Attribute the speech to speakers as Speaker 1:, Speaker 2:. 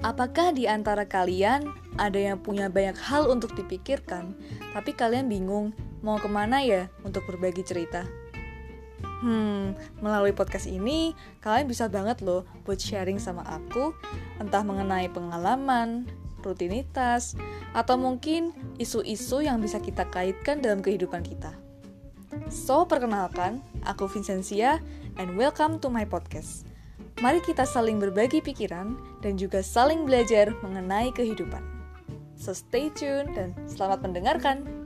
Speaker 1: Apakah di antara kalian ada yang punya banyak hal untuk dipikirkan, tapi kalian bingung mau kemana ya untuk berbagi cerita? Melalui podcast ini, kalian bisa banget loh buat sharing sama aku, entah mengenai pengalaman, rutinitas, atau mungkin isu-isu yang bisa kita kaitkan dalam kehidupan kita. So, perkenalkan, aku Vincentia, and welcome to my podcast. Mari kita saling berbagi pikiran dan juga saling belajar mengenai kehidupan. So stay tuned dan selamat mendengarkan.